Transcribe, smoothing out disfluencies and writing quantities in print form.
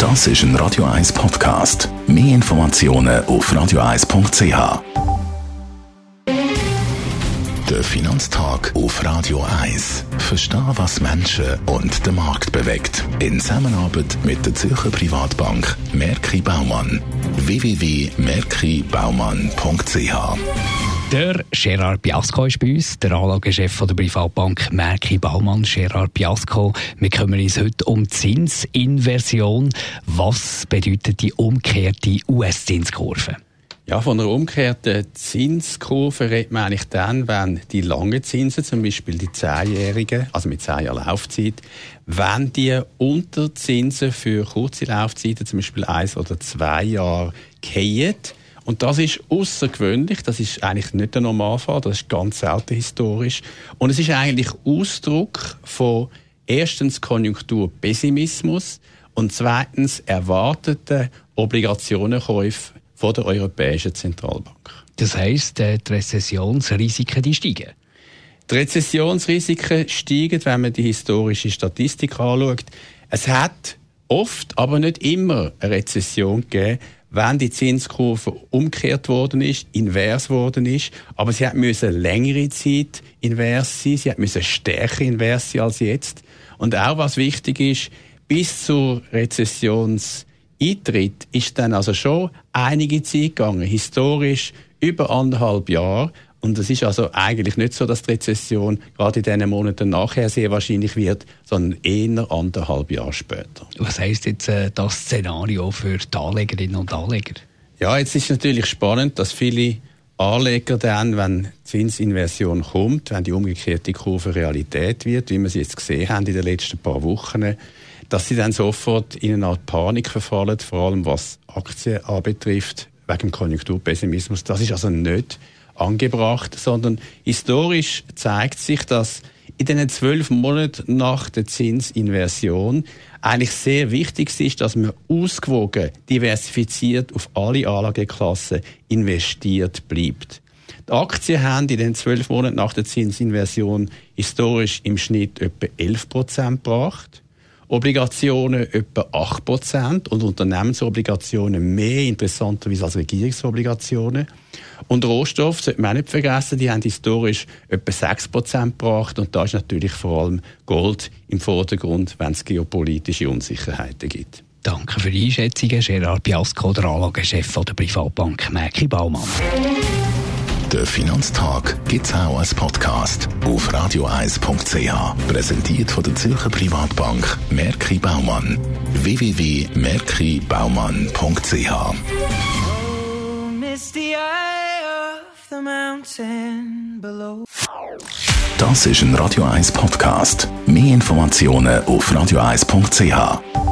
Das ist ein Radio 1 Podcast. Mehr Informationen auf radio1.ch. Der Finanztag auf Radio 1. Verstehen, was Menschen und den Markt bewegt. In Zusammenarbeit mit der Zürcher Privatbank Merki Baumann. www.merkibaumann.ch. Der Gerard Biasco ist bei uns, der Anlagechef der Privatbank Merki Baumann. Gerard Biasco, wir kümmern uns heute um Zinsinversion. Was bedeutet die umgekehrte US-Zinskurve? Ja, von einer umgekehrten Zinskurve redet man eigentlich dann, wenn die langen Zinsen, zum Beispiel die 10-jährigen, also mit 10 Jahren Laufzeit, wenn die Unterzinsen für kurze Laufzeiten, zum Beispiel 1 oder 2 Jahre, fallen. Und das ist außergewöhnlich, das ist eigentlich nicht der Normalfall, das ist ganz selten historisch. Und es ist eigentlich Ausdruck von erstens Konjunkturpessimismus und zweitens erwarteten Obligationenkäufe von der Europäischen Zentralbank. Das heisst, die Rezessionsrisiken die steigen? Die Rezessionsrisiken steigen, wenn man die historische Statistik anschaut. Es hat oft, aber nicht immer, eine Rezession gegeben, wenn die Zinskurve umgekehrt worden ist, invers worden ist. Aber sie musste längere Zeit invers sein, sie musste stärker invers sein als jetzt. Und auch was wichtig ist, bis zur Rezessionseintritt ist dann also schon einige Zeit gegangen, historisch über 1,5 Jahre. Und es ist also eigentlich nicht so, dass die Rezession gerade in diesen Monaten nachher sehr wahrscheinlich wird, sondern eher 1,5 Jahre später. Was heisst jetzt das Szenario für die Anlegerinnen und Anleger? Ja, jetzt ist natürlich spannend, dass viele Anleger dann, wenn die Zinsinversion kommt, wenn die umgekehrte Kurve Realität wird, wie wir sie jetzt gesehen haben in den letzten paar Wochen, dass sie dann sofort in eine Art Panik verfallen, vor allem was Aktien anbetrifft, wegen dem Konjunkturpessimismus. Das ist also nicht angebracht, sondern historisch zeigt sich, dass in den 12 Monaten nach der Zinsinversion eigentlich sehr wichtig ist, dass man ausgewogen, diversifiziert auf alle Anlageklassen investiert bleibt. Die Aktien haben in den 12 Monaten nach der Zinsinversion historisch im Schnitt etwa 11% gebracht. Obligationen etwa 8% und Unternehmensobligationen mehr, interessanterweise als Regierungsobligationen. Und Rohstoffe sollte man auch nicht vergessen, die haben historisch etwa 6% gebracht und da ist natürlich vor allem Gold im Vordergrund, wenn es geopolitische Unsicherheiten gibt. Danke für die Einschätzungen, Gerard Biasco, der Anlagechef der Privatbank Merki Baumann. Der Finanztag gibt es auch als Podcast auf radio1.ch. Präsentiert von der Zürcher Privatbank Merki Baumann. www.merkibaumann.ch. Oh, misty eye of the mountain below. Das ist ein Radio 1 Podcast. Mehr Informationen auf radio1.ch.